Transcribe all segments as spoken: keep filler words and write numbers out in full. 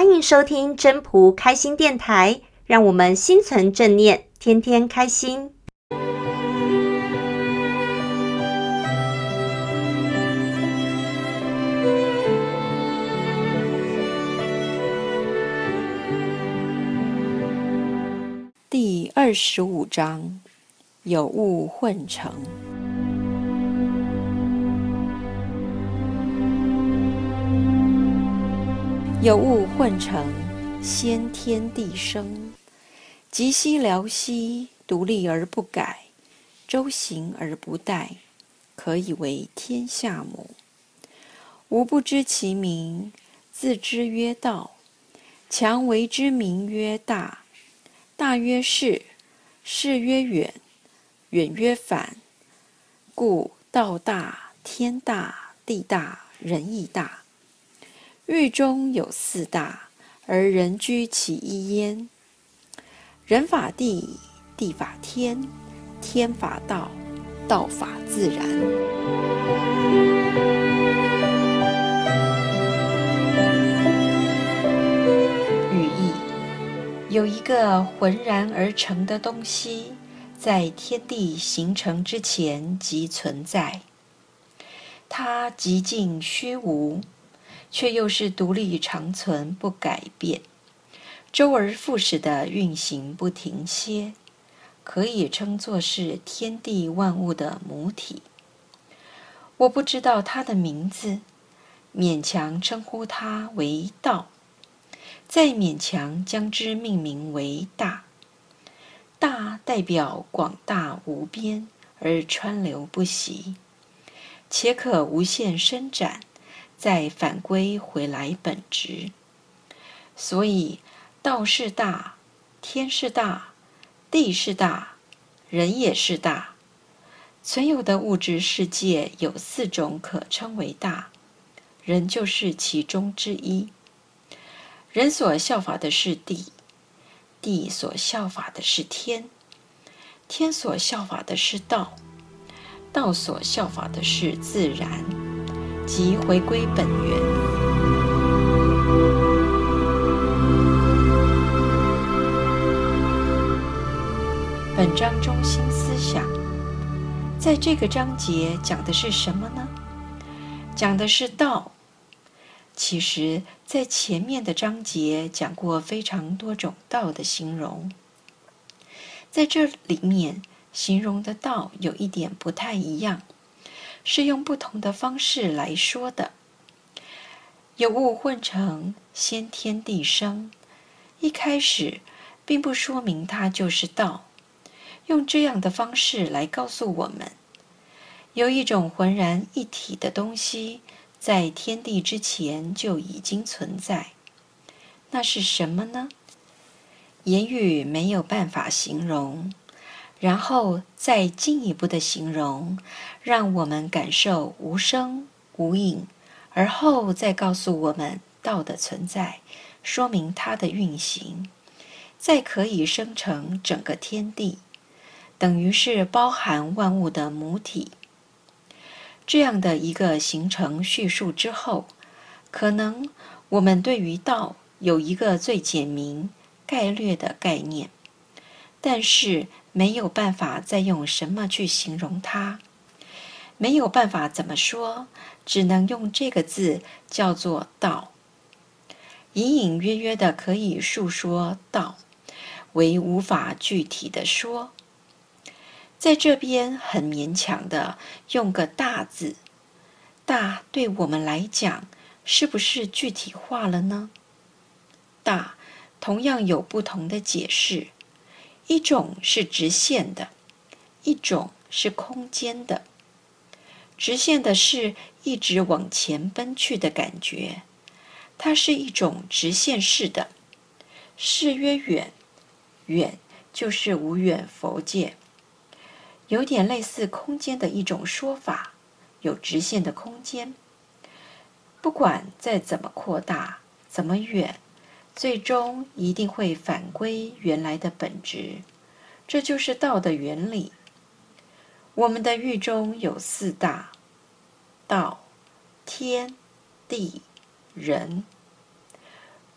欢迎收听真仆开心电台，让我们心存正念，天天开心。 第二十五章，有物混成。有物混成，先天地生。极兮辽兮，独立而不改，周行而不殆，可以为天下母。吾不知其名，自之曰道。强为之名曰大。大曰是，是曰远，远曰反。故道大，天大，地大，人亦大。域中有四大，而人居其一焉。人法地，地法天，天法道，道法自然。语义：有一个浑然而成的东西，在天地形成之前即存在，它极尽虚无，却又是独立长存不改变，周而复始的运行不停歇，可以称作是天地万物的母体。我不知道它的名字，勉强称呼它为道，再勉强将之命名为大。大代表广大无边而川流不息，且可无限伸展，再返归回来本质。所以道是大，天是大，地是大，人也是大。存有的物质世界有四种可称为大，人就是其中之一。人所效法的是地，地所效法的是天，天所效法的是道，道所效法的是自然，即回归本源。本章中心思想，在这个章节讲的是什么呢？讲的是道。其实在前面的章节讲过非常多种道的形容，在这里面形容的道有一点不太一样，是用不同的方式来说的。有物混成，先天地生，一开始并不说明它就是道，用这样的方式来告诉我们，有一种浑然一体的东西在天地之前就已经存在。那是什么呢？言语没有办法形容，然后再进一步的形容，让我们感受无声无影，而后再告诉我们道的存在，说明它的运行，再可以生成整个天地，等于是包含万物的母体。这样的一个形成叙述之后，可能我们对于道有一个最简明概略的概念，但是没有办法再用什么去形容它，没有办法怎么说，只能用这个字叫做道。隐隐约约的可以述说道，唯无法具体的说。在这边很勉强的用个大字，大对我们来讲是不是具体化了呢？大同样有不同的解释，一种是直线的，一种是空间的。直线的是一直往前奔去的感觉，它是一种直线式的。是曰远，远就是无远弗届，有点类似空间的一种说法，有直线的空间。不管再怎么扩大，怎么远，最终一定会返归原来的本质，这就是道的原理。我们的域中有四大：道、天、地、人。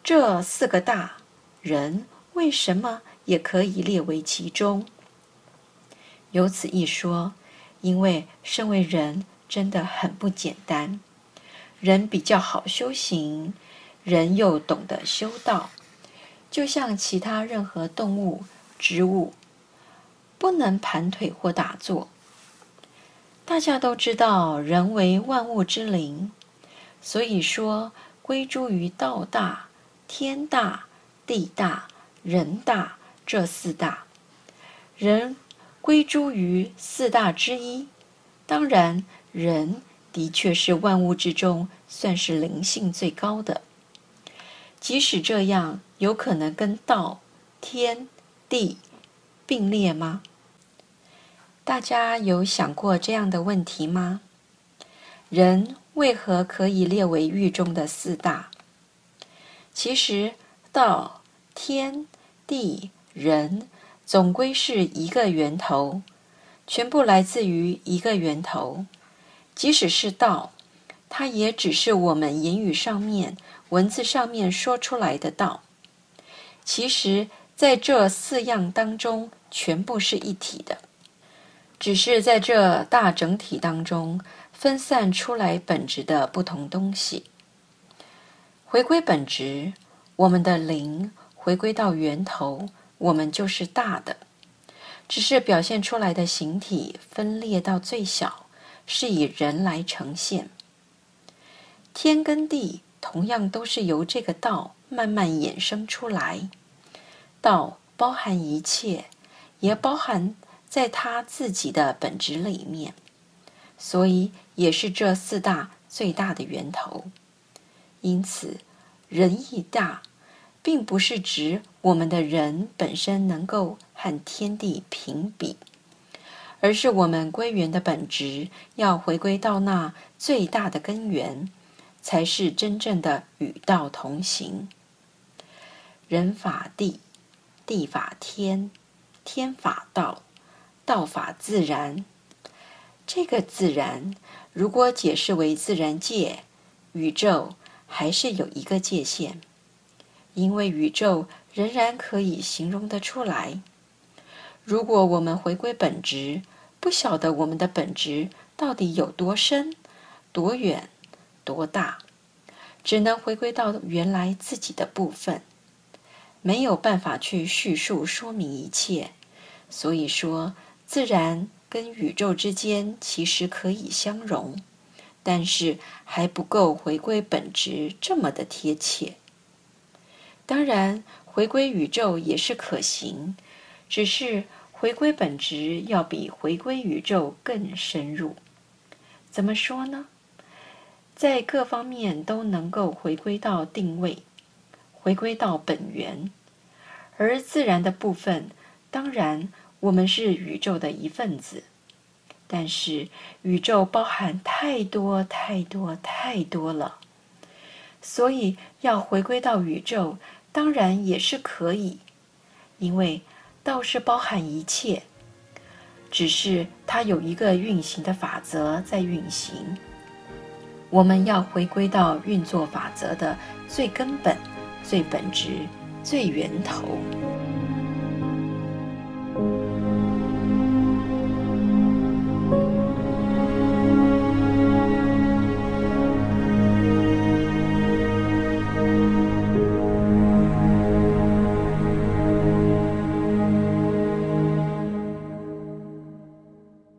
这四个大，人为什么也可以列为其中？由此一说，因为身为人真的很不简单，人比较好修行，人又懂得修道，就像其他任何动物、植物，不能盘腿或打坐。大家都知道人为万物之灵，所以说归诸于道大、天大、地大、人大这四大。人归诸于四大之一，当然人的确是万物之中算是灵性最高的。即使这样，有可能跟道、天、地并列吗？大家有想过这样的问题吗？人为何可以列为狱中的四大？其实道、天、地、人总归是一个源头，全部来自于一个源头。即使是道，它也只是我们言语上面、文字上面说出来的道。其实在这四样当中，全部是一体的，只是在这大整体当中分散出来本质的不同东西。回归本质，我们的灵回归到源头，我们就是大的，只是表现出来的形体分裂到最小，是以人来呈现。天跟地同样都是由这个道慢慢衍生出来，道包含一切，也包含在它自己的本质里面，所以也是这四大最大的源头。因此人义大并不是指我们的人本身能够和天地平比，而是我们归元的本质要回归到那最大的根源，才是真正的与道同行。人法地，地法天，天法道，道法自然。这个自然，如果解释为自然界、宇宙，还是有一个界限，因为宇宙仍然可以形容得出来。如果我们回归本质，不晓得我们的本质到底有多深、多远、多大，只能回归到原来自己的部分，没有办法去叙述说明一切。所以说，自然跟宇宙之间其实可以相容，但是还不够回归本质这么的贴切。当然，回归宇宙也是可行，只是回归本质要比回归宇宙更深入。怎么说呢？在各方面都能够回归到定位，回归到本源。而自然的部分，当然我们是宇宙的一份子，但是宇宙包含太多太多太多了，所以要回归到宇宙，当然也是可以，因为道是包含一切，只是它有一个运行的法则在运行。我们要回归到运作法则的最根本、最本质、最源头。